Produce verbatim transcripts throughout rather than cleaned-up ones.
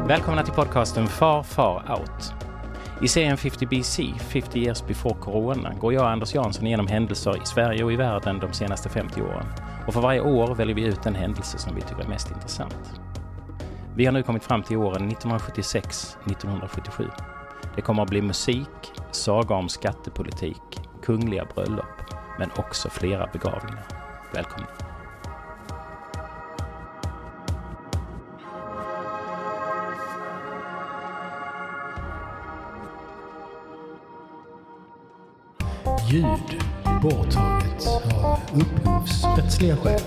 Välkomna till podcasten Far Far Out. I serien femtio B C, femtio years before corona, går jag och Anders Jansson igenom händelser i Sverige och i världen de senaste femtio åren. Och för varje år väljer vi ut en händelse som vi tycker är mest intressant. Vi har nu kommit fram till åren nittonhundrasjuttiosex till nittonhundrasjuttiosju. Det kommer att bli musik, saga om skattepolitik, kungliga bröllop, men också flera begravningar. Välkomna! Ljud borttaget av upphovsrättsliga skäl.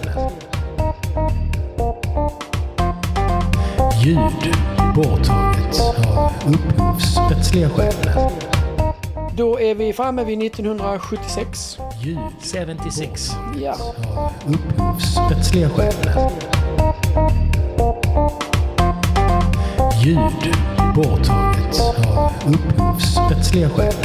Ljud borttaget av upphovsrättsliga skäl. Då är vi framme vid nittonhundrasjuttiosex. Ljud sjuttiosex. Ja. av upphovsrättsliga skäl. Ljud borttaget av upphovsrättsliga skäl.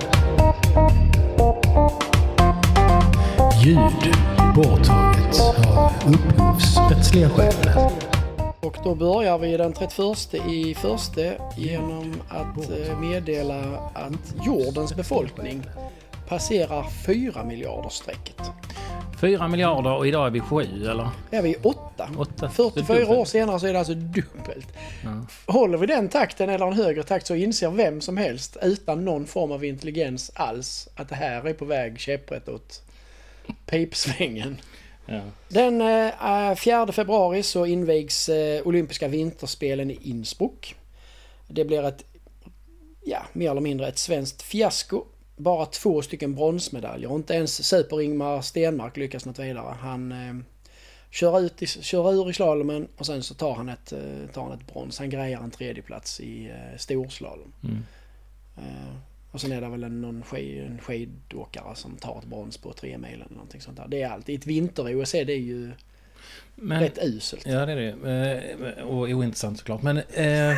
Ljud borttaget av upphovsrättsliga skäl. Och då börjar vi den trettioförsta i första genom att meddela att jordens befolkning passerar fyra miljarder strecket. Fyra miljarder och idag är vi sju, eller? Ja, vi är åtta. Åtta. fyrtiofyra år senare så är det alltså dubbelt. Ja. Håller vi den takten eller en högre takt så inser vem som helst utan någon form av intelligens alls att det här är på väg käpprätt åt pipsvängen. Ja. Den äh, fjärde februari så invigs äh, olympiska vinterspelen i Innsbruck. Det blir ett, ja, mer eller mindre ett svenskt fiasko. Bara två stycken bronsmedaljer. Och inte ens Super-Ingmar Stenmark lyckas något vidare. Han äh, kör, ut i, kör ur i slalomen och sen så tar han ett, äh, tar han ett brons. Han grejar en tredje plats i äh, storslalom. Mm. Äh, Och sen är det väl en, någon skid, en skidåkare som tar ett brons på tre mil eller någonting sånt där. Det är allt. I ett vinter-O S är det ju men, rätt uselt. Ja, det är det. Och ointressant såklart. Men eh,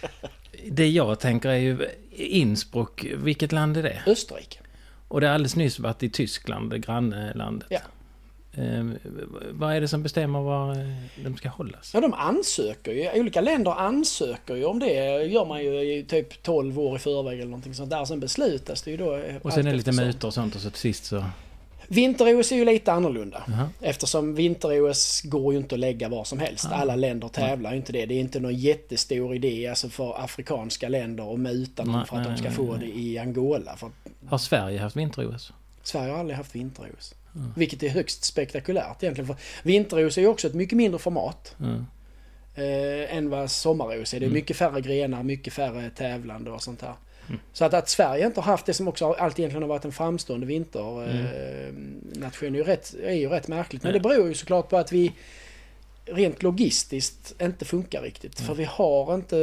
det jag tänker är ju Innsbruck. Vilket land är det? Österrike. Och det har alldeles nyss varit i Tyskland, det grannlandet. Ja. Eh, vad är det som bestämmer var de ska hållas? Ja, de ansöker ju. Olika länder ansöker ju om det. Gör man ju i typ tolv år i förväg eller någonting sånt där. Sen beslutas det ju då. Och sen är det lite mutor och sånt och så till sist så... Vinter-O S är ju lite annorlunda. Uh-huh. Eftersom vinter-O S går ju inte att lägga var som helst. Uh-huh. Alla länder tävlar ju inte det. Det är inte någon jättestor idé alltså för afrikanska länder att muta dem för att nej, de ska nej, få nej. det i Angola. För... Har Sverige haft vinter-O S? Sverige har aldrig haft vinter-O S. Mm. Vilket är högst spektakulärt egentligen. För vinter-O S är ju också ett mycket mindre format mm. eh, än vad sommar-O S är. Det är mm. mycket färre grenar, mycket färre tävlande och sånt här. Mm. Så att, att Sverige inte har haft det som också alltid egentligen har varit en framstående vinternation mm. är, ju rätt, är ju rätt märkligt. Men mm. det beror ju såklart på att vi rent logistiskt inte funkar riktigt. Mm. För vi har inte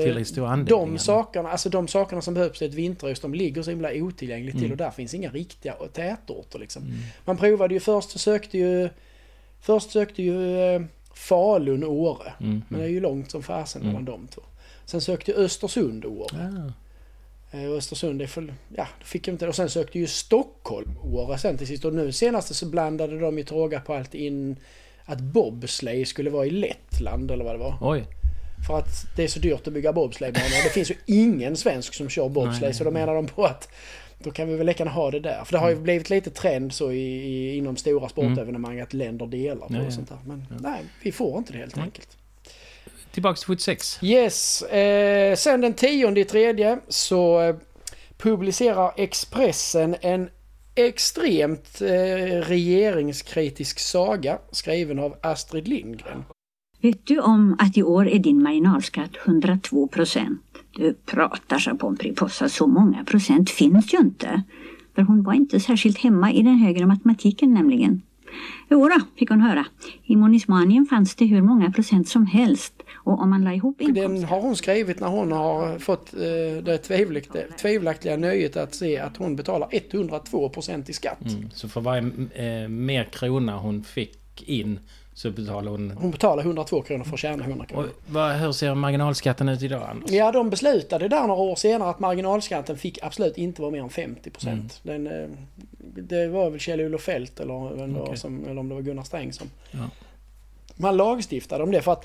de sakerna, alltså de sakerna som behövs i ett vinter-O S, de ligger så himla otillgängligt till mm. och där finns inga riktiga tätorter liksom. Mm. Man provade ju först så sökte ju först sökte ju eh, Falun och Åre. Mm. Men det är ju långt som fasen mm. mellan de två. Sen sökte ju Östersund och Åre. Ah. Eh, Östersund är för, ja, fick jag inte. Och sen sökte ju Stockholm och Åre sen till sist. Och nu senaste så blandade de ju tråga på allt in att bobsleigh skulle vara i Lettland eller vad det var. Oj. För att det är så dyrt att bygga bobsleighbanor. Det finns ju ingen svensk som kör bobsleigh. Nej, så då menar de på att då kan vi väl lika ha det där. För det har ju blivit lite trend så i, i, inom stora sportevenemang mm. att länder delar på ja, och sånt där. Men ja. nej, vi får inte det helt nej. enkelt. Tillbaka till sjuttiosex. Yes. Eh, sen den tionde i tredje så eh, publicerar Expressen en extremt eh, regeringskritisk saga skriven av Astrid Lindgren. Vet du om att i år är din marginalskatt hundratvå procent? Du pratar så Pomperipossa, så många procent finns ju inte. För hon var inte särskilt hemma i den högre matematiken nämligen. Jo då, fick hon höra. I Monismanien fanns det hur många procent som helst. Och om man la ihop inkomster... Den har hon skrivit när hon har fått eh, det tvivelaktiga, tvivelaktiga nöjet att se att hon betalar hundratvå procent i skatt. Mm, så för varje eh, mer krona hon fick in så betalar hon... Hon betalar hundratvå kronor för att tjäna hundra kronor. Och vad, hur ser marginalskatten ut idag, Anders? Ja, de beslutade där några år senare att marginalskatten fick absolut inte vara mer än femtio procent. Mm. Den, det var väl Kjell-Olof Feldt eller, eller, okay. som, eller om det var Gunnar Sträng som... Ja. Man lagstiftade om det för att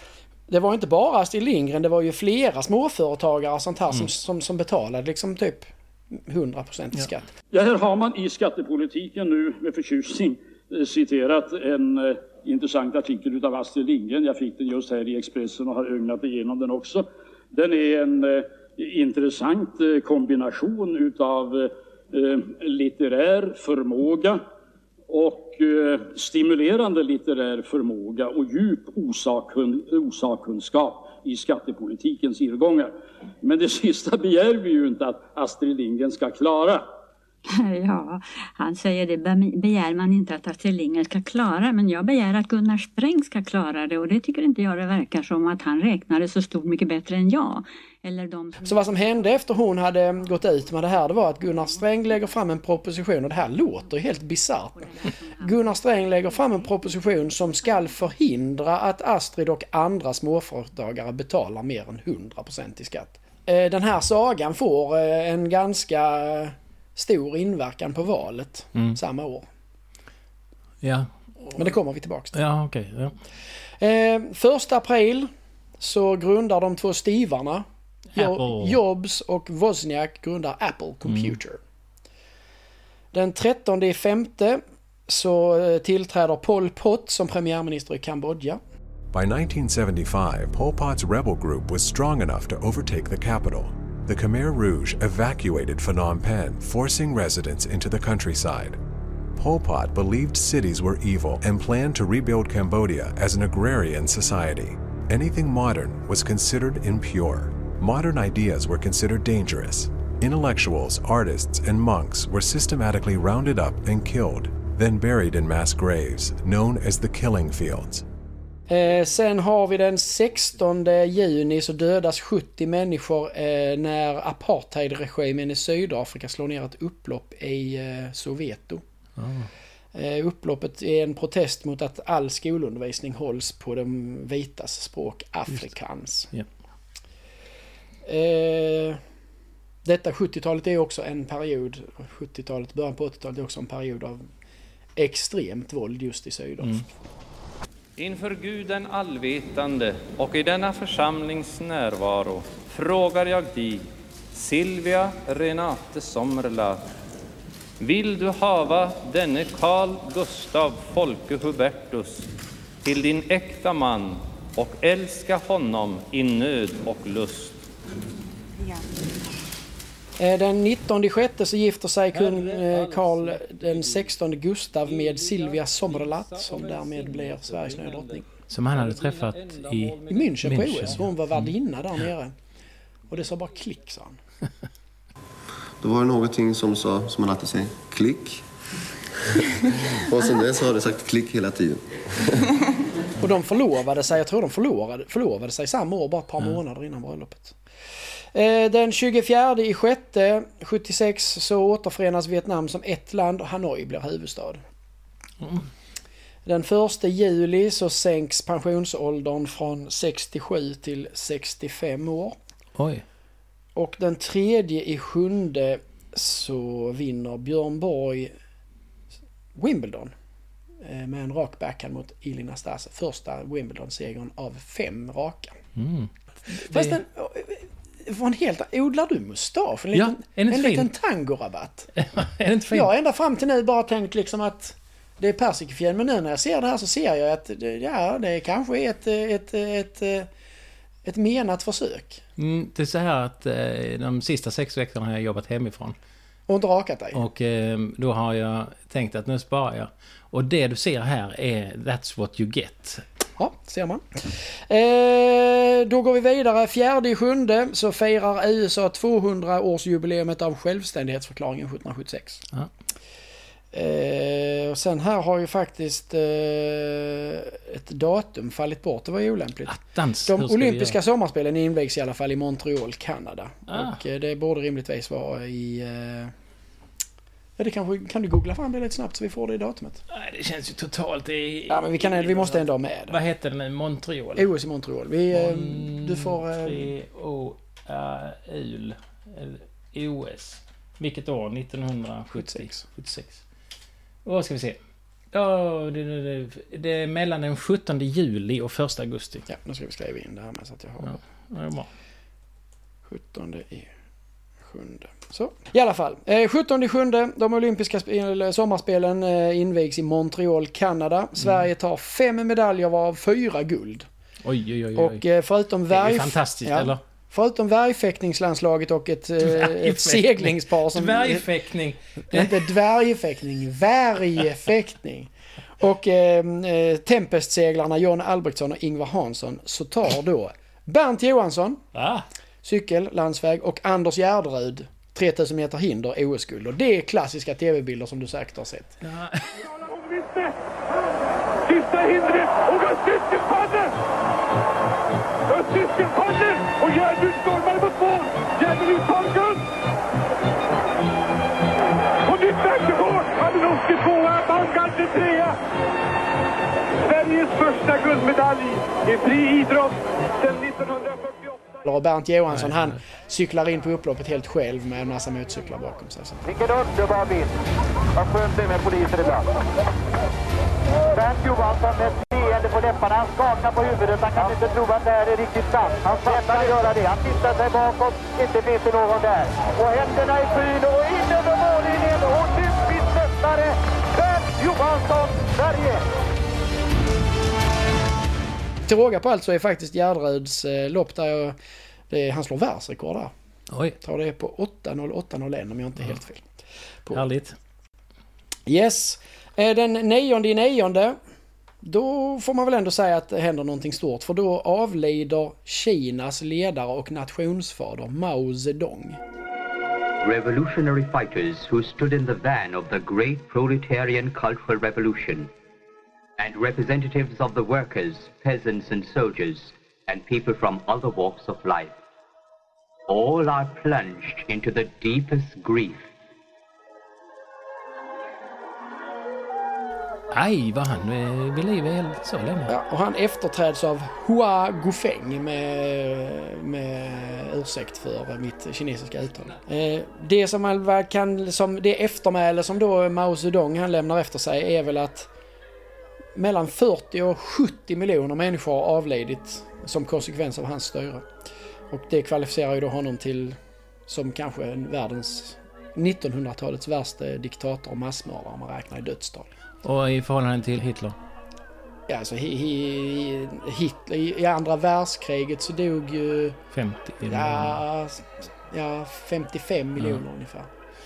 det var inte bara Astrid Lindgren, det var ju flera småföretagare och sånt här mm. som, som, som betalade liksom typ hundra procent i ja. skatt. Ja, här har man i skattepolitiken nu med förtjusning citerat en eh, intressant artikel av Astrid Lindgren. Jag fick den just här i Expressen och har ögnat igenom den också. Den är en eh, intressant eh, kombination utav eh, litterär förmåga och eh, stimulerande litterär förmåga och djup osakun, osakkunskap i skattepolitikens irrgångar. Men det sista begär vi ju inte att Astrid Lindgren ska klara. Ja, han säger det begär man inte att Astrid Lindgren ska klara, men jag begär att Gunnar Sträng ska klara det, och det tycker inte jag det verkar som att han räknade så stort mycket bättre än jag. Eller de som... Så vad som hände efter hon hade gått ut med det här, det var att Gunnar Sträng lägger fram en proposition, och det här låter helt bisarrt. Gunnar Sträng lägger fram en proposition som ska förhindra att Astrid och andra småföretagare betalar mer än hundra procent i skatt. Den här sagan får en ganska stor inverkan på valet mm. samma år. Ja. Men det kommer vi tillbaka till. Ja, okej. Okay. Ja. Eh, första april så grundar de två stivarna Apple. Jobs och Wozniak grundar Apple Computer. Mm. Den trettonde femte så tillträder Pol Pot som premiärminister i Kambodja. By nineteen seventy-five, Pol Pot's rebel group was strong enough to overtake the capital. The Khmer Rouge evacuated Phnom Penh, forcing residents into the countryside. Pol Pot believed cities were evil and planned to rebuild Cambodia as an agrarian society. Anything modern was considered impure. Modern ideas were considered dangerous. Intellectuals, artists, and monks were systematically rounded up and killed, then buried in mass graves, known as the killing fields. Eh, sen har vi den sextonde juni så dödas sjuttio människor eh, när apartheidregimen i Sydafrika slår ner ett upplopp i eh, Soweto. Oh. Eh, upploppet är en protest mot att all skolundervisning hålls på de vitas språk, afrikans. Yeah. Eh, detta sjuttiotalet är också en period, sjuttiotalet, början på åttiotalet är också en period av extremt våld just i Sydafrika. Mm. Inför Gud den allvetande och i denna församlings närvaro frågar jag dig, Silvia Renate Sommerlath, vill du hava denne Carl Gustav Folke Hubertus till din äkta man och älska honom i nöd och lust? Ja. Den nittonde sjätte så gifter sig kung Karl den sextonde Gustav med Silvia Sommerlath som därmed blir Sveriges nya drottning. Som han hade träffat i, I München på O S. Hon var värdinna där nere. Och det sa bara klick, sa han. Då var det någonting som sa, som man alltid säger, klick. Och sen dess har det sagt klick hela tiden. Och de förlovade sig, jag tror de förlovade, förlovade sig samma år, bara ett par månader innan bröllopet. Den tjugofjärde i sjätte sjuttiosex så återförenas Vietnam som ett land och Hanoi blir huvudstad. Mm. Den första juli så sänks pensionsåldern från sextiosju till sextiofem år. Oj. Och den tredje i sjunde så vinner Björn Borg Wimbledon med en rak backhand mot Elina Stase. Första Wimbledon-segern av fem raka. Mm. Fast den... Från helt, odlar du mustasch? En liten, ja, en en liten tangorabatt. Är inte fin? Jag har ända fram till nu bara tänkt liksom att det är persikfjäll, men nu när jag ser det här så ser jag att ja, det kanske är ett, ett, ett, ett, ett menat försök. Mm, det är så här att de sista sex veckorna har jag jobbat hemifrån. Och inte rakat dig. Och då har jag tänkt att nu sparar jag. Och det du ser här är That's what you get. Ja, ser man. Eh, då går vi vidare. Fjärde i sjunde så firar U S A tvåhundraårsjubileumet av självständighetsförklaringen sjuttonhundrasjuttiosex. Ja. Eh, och sen här har ju faktiskt eh, ett datum fallit bort. Det var ju olämpligt. Attans, de olympiska sommarspelen invigs i alla fall i Montreal, Kanada. Ah. Och eh, det borde rimligtvis vara i... Eh, Ja, det kanske, kan du googla fram det lite snabbt så vi får det i datumet? Nej, det känns ju totalt i... Ja, men vi, kan, vi måste ändå ha med det. Vad heter det nu? Montreal? O S i Montreal. Vi, Mon- du får... Montreal. O S. Vilket år? nittonhundrasjuttiosex. sjuttiosex. Och vad ska vi se? Ja, det, det, det är mellan den sjuttonde juli och första augusti. Ja, nu ska vi skriva in det här med så att jag har ja, det är bra. sjuttonde i sjunde. Så, i alla fall. Eh, sjuttonde i sjunde, de olympiska sp- sommarspelen eh, invigs i Montreal, Kanada. Sverige tar fem medaljer varav fyra guld. Oj, oj, oj. oj. Och eh, förutom värj... Det är fantastiskt, ja, eller? Förutom värjfäktningslandslaget och ett, ett seglingspar som... Dvärgfäktning. Inte dvärgfäktning, värjfäktning. Och eh, Tempest-seglarna John Albrektsson och Ingvar Hansson så tar då Bernt Johansson, ah. cykel, landsväg, och Anders Gärderud, tre tusen meter hinder, O S-guld. Och det är klassiska tv-bilder som du säkert har sett. Ja. Sista hindret och Östtyskland faller! Östtyskland faller och Järnbrud stormar mot mål! Järnbrud tar guld! Och nytt världsrekord! Adenovski tvåa, Baumgartner trea! Sveriges första guldmedalj i fri idrott sedan nittonhundrafyrtioåtta. Och Bernt Johansson, han cyklar in på upploppet helt själv med en massa motorcyklar bakom sig. Vilken underbar bild! Vad skönt det är med poliser ibland. Bernt Johansson med leende på läpparna, han skakar på huvudet, han kan inte tro att det här är riktigt sant. Han fattar göra det, han tittar sig bakåt, inte finns det någon där. Och händerna i skyn och in över mållinjen, olympisk mästare, Bernt Johansson, Sverige! Till råga på allt så är faktiskt Gärderuds eh, lopp där jag, det är, han slår världsrekord där. Oj. Jag tror det är på åtta noll åtta noll ett om jag inte är helt fel. På. Härligt. Yes. Den nionde i nionde, då får man väl ändå säga att det händer någonting stort. För då avlider Kinas ledare och nationsfader Mao Zedong. Revolutionary fighters who stood in the van of the great proletarian cultural revolution, and representatives of the workers, peasants and soldiers, and people from other walks of life. All are plunged into the deepest grief. Aj, vad han är vid liv helt så länge. Ja, och han efterträds av Hua Guofeng med, med ursäkt för mitt kinesiska uttal. Eh, det som man kan, som det eftermäle som då Mao Zedong han lämnar efter sig är väl att mellan fyrtio och sjuttio miljoner människor har avlidit som konsekvens av hans styre. Och det kvalificerar ju då honom till som kanske världens nittonhundratalets värsta diktator och massmördare om man räknar i dödstal. Och i förhållande till Hitler? Ja, alltså hi, hi, Hitler, i andra världskriget så dog ju femtio ja, ja, femtiofem miljoner mm. ungefär.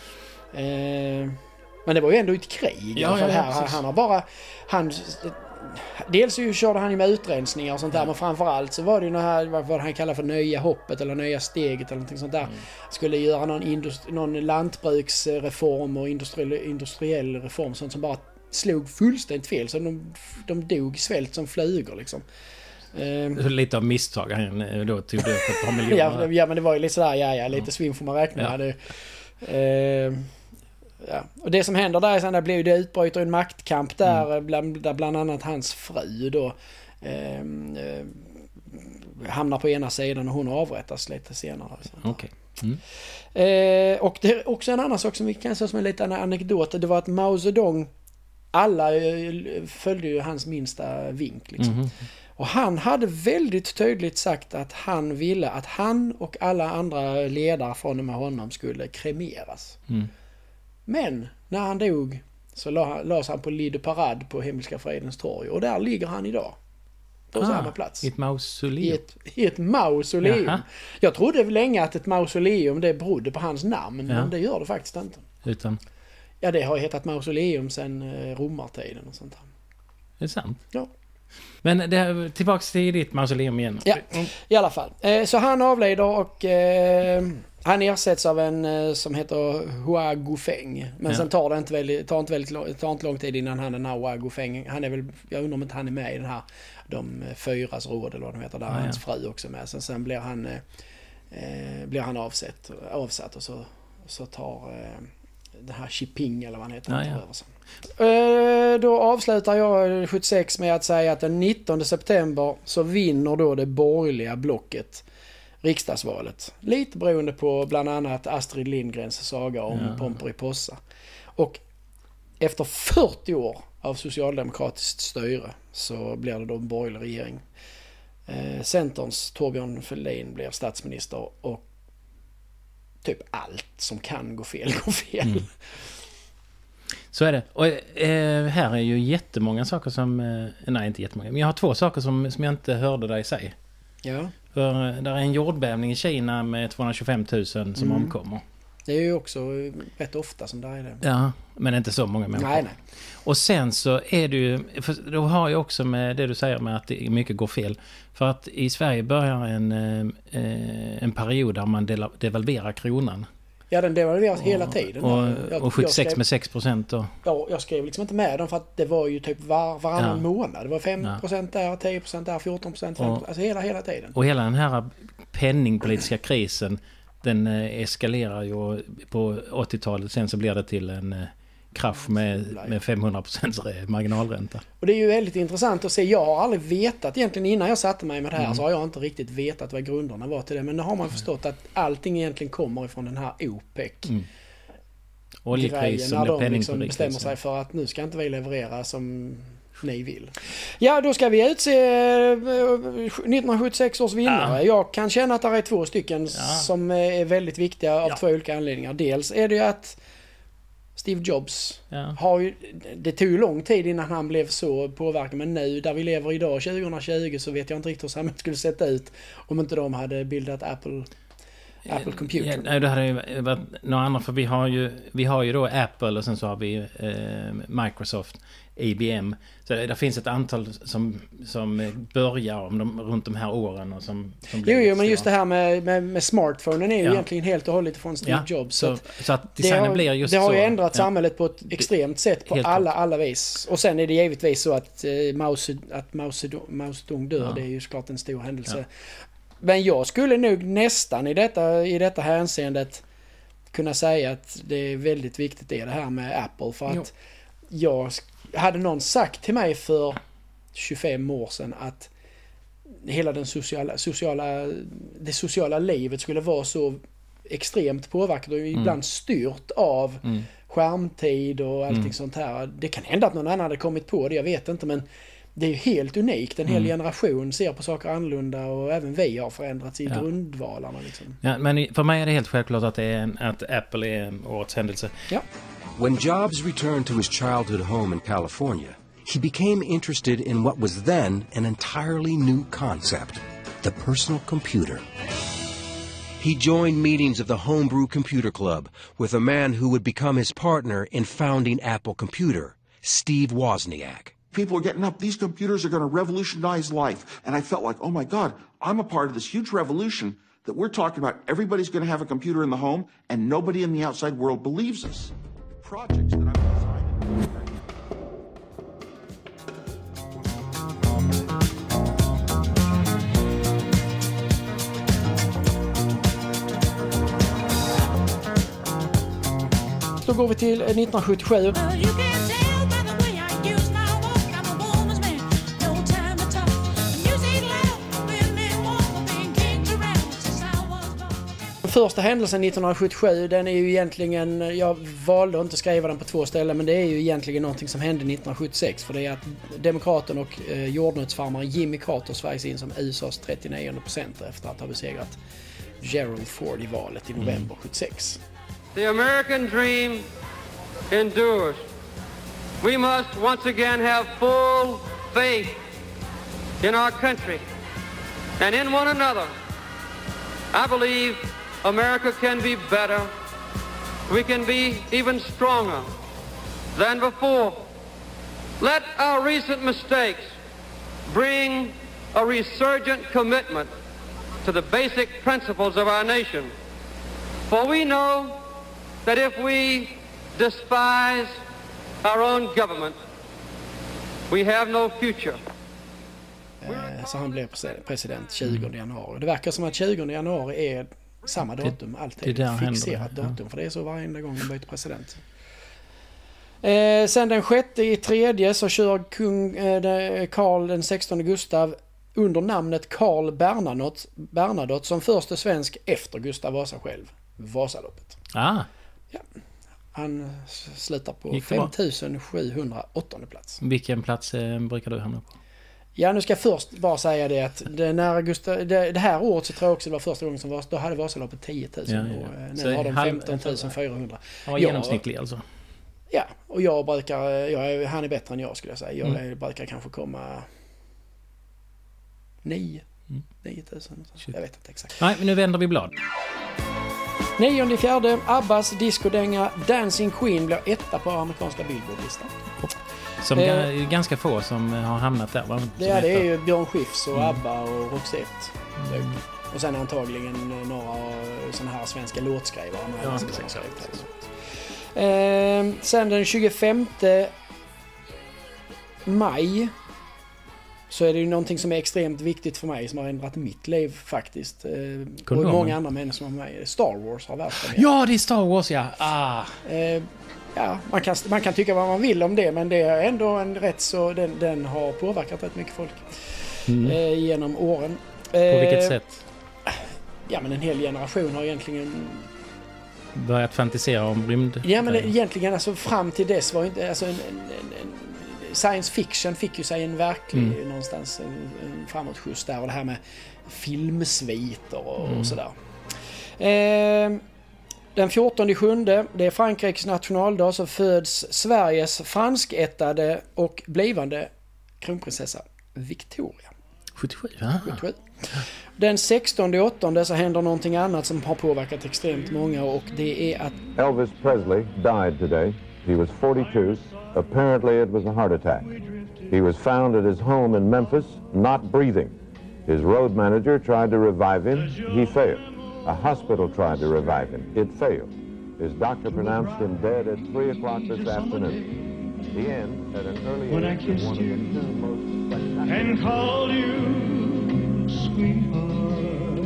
Eh, men det var ju ändå ett krig. Ja, ja, ja, här, han, han har bara han, dels ju körde han ju med utrensningar och sånt där, ja. Men framförallt så var det ju här, vad han kallar för nya hoppet eller nya steget eller någonting sånt där. Mm. Skulle göra någon, industri, någon lantbruksreform och industriell, industriell reform, sånt som bara slog fullständigt fel, så de, de dog svält som flugor liksom. Uh, lite av misstag han då tog det på ett par miljoner. ja, ja, men det var ju lite sådär, ja, ja, lite svinn får man räkna med. Ja. Det, uh, ja. Och det som händer där är sen, där blir det utbryter en maktkamp där, mm. bland, där bland annat hans fru då uh, uh, hamnar på ena sidan och hon avrättas lite senare. Okej. Okay. Mm. Uh, och det är också en annan sak som vi kan säga som en liten anekdot, det var att Mao Zedong, alla följde ju hans minsta vink liksom. Mm. Och han hade väldigt tydligt sagt att han ville att han och alla andra ledare från och med honom skulle kremeras. Mm. Men när han dog så lades han på Lit de Parade på Himmelska fridens torg, och där ligger han idag. På ah, samma plats. I ett mausoleum. I ett, i ett mausoleum. Jaha. Jag trodde länge att ett mausoleum det berodde på hans namn, ja. Men det gör det faktiskt inte. Utan? Ja, det har hetat mausoleum sedan romartiden och sånt här. Det är sant? Ja. Men det, tillbaka till ditt mausoleum igen. Ja, i alla fall. Så han avlider och eh, han ersätts av en eh, som heter Hua Guofeng. Men ja. Sen tar det inte väldigt, tar inte väldigt lång, tar inte lång tid innan han är den här Hua Guofeng. Han är väl, jag undrar om inte han är med i den här de fyras råd eller vad de heter där. Ja, hans ja. Fru också med. Sen, sen blir han eh, blir han avsatt, avsatt och så, så tar eh, den här Xiping eller vad han heter. Ja, ja. Över sen. Då avslutar jag sjuttiosex med att säga att den nittonde september så vinner då det borgerliga blocket riksdagsvalet. Lite beroende på bland annat Astrid Lindgrens saga om ja. Pomperipossa. Och efter fyrtio år av socialdemokratiskt styre så blir det då en borgerlig regering. Eh, Centerns Torbjörn Fälldin blir statsminister och typ allt som kan gå fel går fel. Mm. Så är det. Och eh, här är ju jättemånga saker som... Eh, nej, inte jättemånga. Men jag har två saker som, som jag inte hörde dig säga. Ja. För eh, där är en jordbävning i Kina med tvåhundratjugofem tusen som mm. omkommer. Det är ju också rätt ofta som det är det. Ja, men inte så många människor. Nej, nej. Och sen så är det ju... För då har jag också med det du säger med att det mycket går fel. För att i Sverige börjar en, eh, en period där man del, devalverar kronan. Ja, den devalveras och, hela tiden. Och, jag, och sjuttiosex skrev, med sex procent då. Ja, jag skrev liksom inte med dem för att det var ju typ var, varannan ja. månad. Det var fem procent ja. där, tio procent där, fjorton procent, fem procent, alltså hela, hela tiden. Och hela den här penningpolitiska krisen, den eskalerar ju på åttiotalet. Sen så blir det till en krasch med, med femhundra procent marginalränta. Och det är ju väldigt intressant att se. Jag har aldrig vetat egentligen innan jag satte mig med det här mm. så har jag inte riktigt vetat vad grunderna var till det. Men nu har man förstått att allting egentligen kommer ifrån den här OPEC. Mm. Oljekrisen, när de liksom bestämmer sig för att nu ska inte vi leverera som ni vill. Ja, då ska vi utse nittonhundrasjuttiosex års vinnare. Ja. Jag kan känna att det är två stycken ja. som är väldigt viktiga av ja. två olika anledningar. Dels är det ju att Steve Jobs ja. har ju, det tog ju lång tid innan han blev så påverkad, men nu där vi lever idag tjugohundratjugo så vet jag inte riktigt hur samhället skulle sett ut om inte de hade bildat Apple Apple Computer. Ja, nej, det hade ju varit några andra, för vi har ju vi har ju då Apple och sen så har vi eh, Microsoft, I B M. Så det, det finns ett antal som, som börjar om de, runt de här åren och som, som Jo, jo men just det här med, med, med smartphonen är ju ja. egentligen helt och hållet från Steve ja, Jobs. Så, så, så att designen har, blir just det har så. ju ändrat ja. samhället på ett extremt sätt på alla, alla vis. Och sen är det givetvis så att eh, Mao, att Mao Zedong, Mao Zedong dör, ja. det är ju såklart en stor händelse. Ja. Men jag skulle nog nästan i detta, i detta hänseendet kunna säga att det är väldigt viktigt det, det här med Apple. För att jo. jag hade någon sagt till mig för tjugofem år sedan att hela den sociala, sociala, det sociala livet skulle vara så extremt påverkat och ibland mm. styrt av mm. skärmtid och allting mm. sånt här. Det kan hända att någon annan hade kommit på det, jag vet inte, men det är ju helt unikt. En hel mm. generation ser på saker annorlunda och även vi har förändrats i ja. grundvalarna. Liksom. Ja, men för mig är det helt självklart att, det är en, att Apple är en årets händelse. Ja. When Jobs returned to his childhood home in California, he became interested in what was then an entirely new concept, the personal computer. He joined meetings of the Homebrew Computer Club with a man who would become his partner in founding Apple Computer, Steve Wozniak. People are getting up. These computers are going to revolutionize life. And I felt like, oh my God, I'm a part of this huge revolution that we're talking about. Everybody's going to have a computer in the home and nobody in the outside world believes us. Projects that I've designed. Då går vi till nittonhundrasjuttiosju. Första händelsen nittonhundrasjuttiosju, den är ju egentligen, jag valde att inte skriva den på två ställen, men det är ju egentligen någonting som hände nittonhundrasjuttiosex, för det är att demokraten och eh, jordnötsfarmaren Jimmy Carter svärs in som U S A:s trettionionde procent efter att ha besegrat Gerald Ford i valet i november sjuttiosex. The American dream endures. We must once again have full faith in our country and in one another. I believe America can be better. We can be even stronger than before. Let our recent mistakes bring a resurgent commitment to the basic principles of our nation. For we know that if we despise our own government, we have no future. Så han blev president tjugonde januari. Det verkar som att tjugonde januari är samma datum alltid. Det, det fixerat händer, datum, ja. För det är så varenda gång de byter president. Eh, sen den sjätte i tredje så kör kung eh, Karl den sextonde Gustav under namnet Karl Bernadotte, Bernadotte som första svensk efter Gustav Vasa själv. Vasaloppet. Ah. Ja. Han slutar på fem tusen sjuhundraåttonde plats. Vilken plats eh, brukar du hamna på? Ja, nu ska jag först bara säga det att det, när Gustav, det, det här året så tror jag också det var första gången som var, då hade Vasaloppet tio tusen ja, ja. och nu så har de femton tusen fyrahundra. Han var genomsnittlig alltså? Ja, och jag brukar, jag, han är bättre än jag skulle jag säga. Jag mm. brukar kanske komma nio, mm. nio tusen. Jag vet inte exakt. Nej, men nu vänder vi blad. Nionde fjärde, Abbas diskodänga Dancing Queen blir etta på amerikanska Billboard-listan. Som eh, ganska få som har hamnat där. Va? Det, är, det är ju Björn Skifs och mm. Abba och Roxette. Mm. Och sen antagligen några sådana här svenska låtskrivare. Ja, eh, sen den tjugofemte maj så är det ju någonting som är extremt viktigt för mig som har ändrat mitt liv faktiskt. Eh, och många andra människor som har med. Star Wars har varit med. Ja, det är Star Wars, ja. Ah. Eh, ja, man kan, man kan tycka vad man vill om det, men det är ändå en rätt så den, den har påverkat rätt mycket folk mm. eh, genom åren. På eh, vilket sätt? Ja, men en hel generation har egentligen börjat fantisera om rymd. Ja, men det, egentligen alltså fram till dess var inte alltså en, en, en, en science fiction fick ju sig en verklig mm. någonstans en, en framåtskjuts där och det här med filmsviter och, mm. och sådär. Eh, den fjortonde sjunde, det är Frankrikes nationaldag, så föds Sveriges franskättade och blivande kronprinsessa Victoria. sjuttiosju, sjuttiosju. Den sextonde åttonde så händer någonting annat som har påverkat extremt många och det är att Elvis Presley died today. He was forty-two. Apparently it was a heart attack. He was found at his home in Memphis, not breathing. His road manager tried to revive him. He failed. A hospital tried to revive him. It failed. His doctor pronounced him dead at three o'clock this afternoon. The end at an early when age I kissed of one you of the most spectacular and called you sweetheart.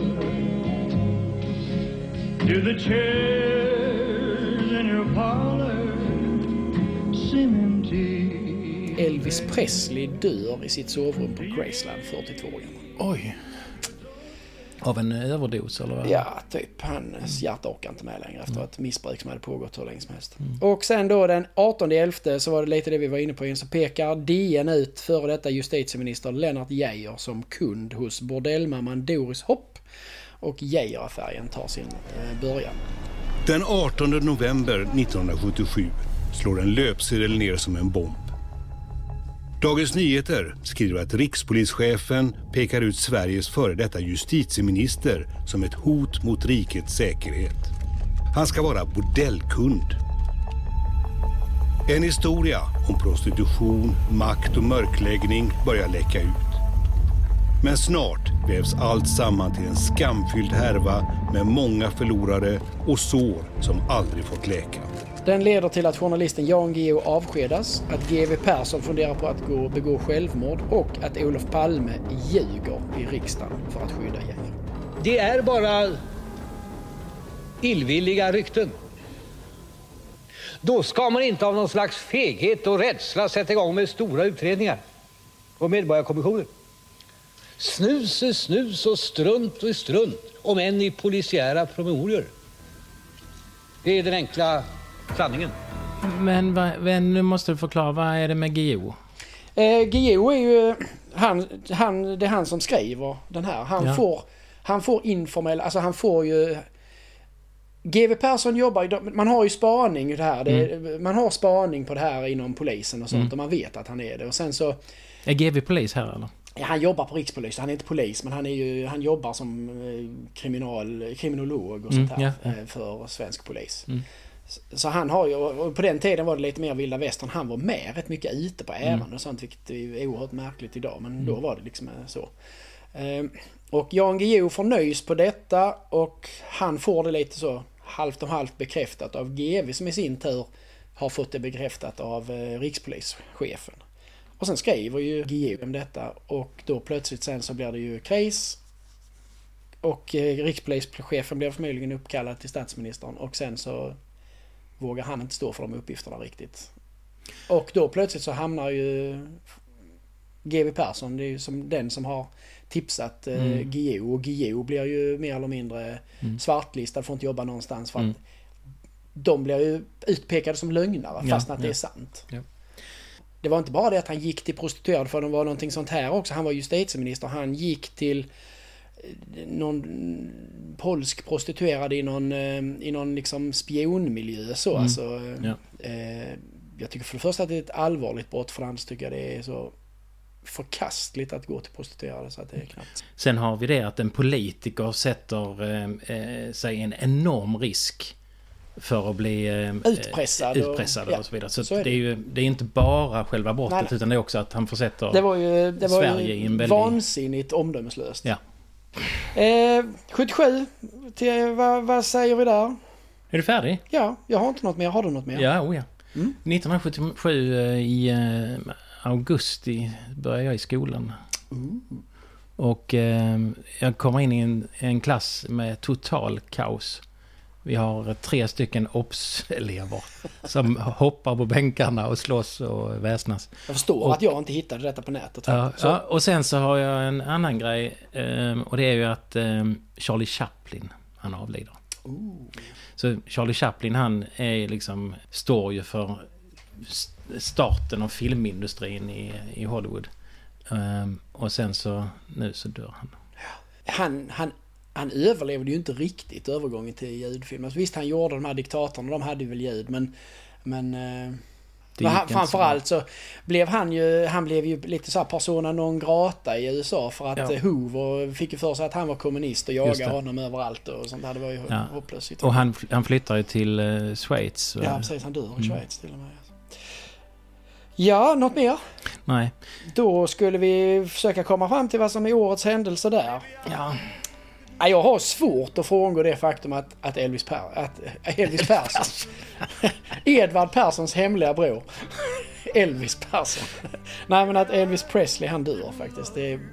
Do the chairs in your parlor seem empty? Elvis Presley dör i sitt sovrum på Graceland, fyrtiotvå år gammal. Oj. Av en överdos eller vad? Ja, typ. Hans hjärta orkar inte med längre efter mm. ett missbruk som hade pågått hur länge som helst. Mm. Och sen då den artonde elfte så var det lite det vi var inne på igen, så pekar D N ut före detta justitieminister Lennart Geijer som kund hos bordellmamman Doris Hopp, och Geijeraffären tar sin eh, början. Den artonde november nittonhundrasjuttiosju slår en löpsedel ner som en bomb. Dagens Nyheter skriver att rikspolischefen pekar ut Sveriges före detta justitieminister som ett hot mot rikets säkerhet. Han ska vara bordellkund. En historia om prostitution, makt och mörkläggning börjar läcka ut. Men snart vävs allt samman till en skamfylld härva med många förlorare och sår som aldrig fått läka. Den leder till att journalisten Jan Guillou avskedas, att G W Persson funderar på att gå begå självmord och att Olof Palme ljuger i riksdagen för att skydda Geijer. Det är bara illvilliga rykten. Då ska man inte av någon slags feghet och rädsla sätta igång med stora utredningar och medborgarkommissioner. Snus är snus och strunt är strunt, om än i polisiära promemorior. Det är den enkla sanningen. Men, va, men nu måste du förklara, vad är det med Guillou? Eh, Guillou är ju han, han, det är han som skriver den här. Han ja. får han får informell, alltså han får ju G W Persson jobbar, man har ju spaning i det här. Det, mm. Man har spaning på det här inom polisen och sånt mm. och man vet att han är det. Och sen så är G W polis här eller? Ja, han jobbar på Rikspolis. Han är inte polis, men han är ju han jobbar som kriminal kriminolog och sånt här mm, ja, ja. för svensk polis. Mm. Så han har ju, och på den tiden var det lite mer vilda västern. Han var med rätt mycket ute på ärenden mm. och sånt, vilket är oerhört märkligt idag, men mm. då var det liksom så. Och Jan Guillou får nöjs på detta och han får det lite så halvt om halvt bekräftat av G W, som i sin tur har fått det bekräftat av rikspolischefen. Och sen skriver ju Guillou om detta och då plötsligt sen så blir det ju kris och rikspolischefen blir förmodligen uppkallad till statsministern och sen så vågar han inte stå för de uppgifterna riktigt. Och då plötsligt så hamnar ju G W Persson, det är ju som den som har tipsat mm. eh, Guillou, och Guillou blir ju mer eller mindre mm. svartlistad, får inte jobba någonstans för att mm. de blir ju utpekade som lögnare Ja, fast att ja. det är sant. Ja. Det var inte bara det att han gick till prostituerade, för det var någonting sånt här också. Han var justitieminister, han gick till någon polsk prostituerad i någon, i någon liksom spionmiljö så. Mm. Alltså, Ja. eh, jag tycker för det första att det är ett allvarligt brott, för det andra tycker jag det är så förkastligt att gå till prostituerade så att det är knappt. Sen har vi det att en politiker sätter eh, sig en enorm risk för att bli eh, Utpressad utpressad och, och, och så vidare. Så, så är det. det. är ju det är inte bara själva brottet, Nej, nej. utan det är också att han försätter Det var ju, det var Sverige ju i en väldigt... vansinnigt omdömeslöst. Ja. Eh, sjuttiosju, till, vad, vad säger vi där? Är du färdig? Ja, jag har inte något mer. Har du något mer? Ja, oh ja. Mm. nittonhundrasjuttiosju eh, i eh, augusti började jag i skolan. Mm. Och eh, jag kommer in i en, en klass med total kaos. Vi har tre stycken obs-elever som hoppar på bänkarna och slåss och väsnas. Jag förstår och, att jag inte hittade detta på nätet. Ja, ja, och sen så har jag en annan grej. Eh, och det är ju att eh, Charlie Chaplin, han avlider. Ooh. Så Charlie Chaplin, han är liksom, står ju för starten av filmindustrin i, i Hollywood. Um, och sen så, nu så dör han. Han, han, han överlevde ju inte riktigt övergången till ljudfilm. Alltså visst, han gjorde de här diktatorerna, de hade ju väl ljud, men... men eh, men han, framförallt så blev han ju, han blev ju lite så här persona non grata i U S A för att Ja. Hoover fick ju för sig att han var kommunist och jagade honom överallt och sånt där. Det var ju Ja. hopplöst. Och han, han flyttar ju till uh, Schweiz. Och, Ja, precis. Han dör i mm. Schweiz till och med. Ja, något mer? Nej. Då skulle vi försöka komma fram till vad som är årets händelse där. Ja. Ja, jag har svårt att frångå det faktum att, att, Elvis, per, att Elvis Persson, Edvard Perssons hemliga bror, Elvis Persson. Nej, men att Elvis Presley, han dör faktiskt. Det är,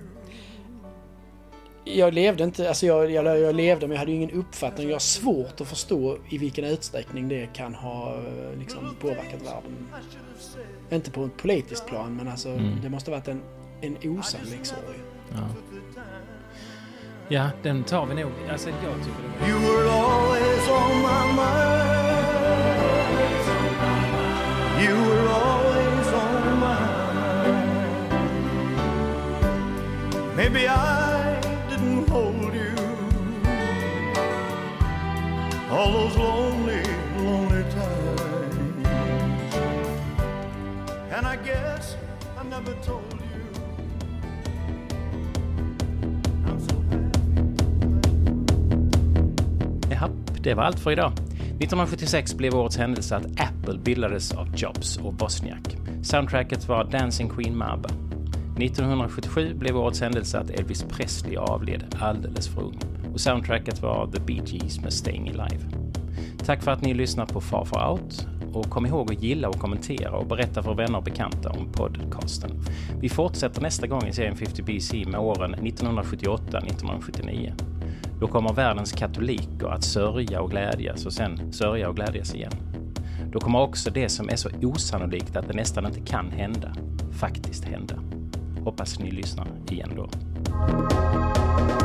jag levde inte, alltså jag, jag, jag levde, men jag hade ju ingen uppfattning. Jag har svårt att förstå i vilken utsträckning det kan ha liksom påverkat världen. Inte på ett politiskt plan, men alltså Mm. det måste ha varit en, en osannolik sorg. Ja. Ja, den tar vi nog. Alltså, jag tycker det var... You were always on my mind. You were always on my mind. Maybe I didn't hold you all those lonely, lonely times. And I guess I never told you. Jaha, det var allt för idag. nittonhundrasjuttiosex blev årets händelse att Apple bildades av Jobs och Wozniak. Soundtracket var Dancing Queen Maba. nittonhundrasjuttiosju blev årets händelse att Elvis Presley avled alldeles för ung. Och soundtracket var The Bee Gees med Staying Alive. Tack för att ni lyssnar på Far Far Out. Och kom ihåg att gilla och kommentera och berätta för vänner och bekanta om podcasten. Vi fortsätter nästa gång i serien femtio B C med åren nittonhundrasjuttioåtta till nittonhundrasjuttionio. Då kommer världens katoliker att sörja och glädjas och sen sörja och glädjas igen. Då kommer också det som är så osannolikt att det nästan inte kan hända, faktiskt hända. Hoppas ni lyssnar igen då.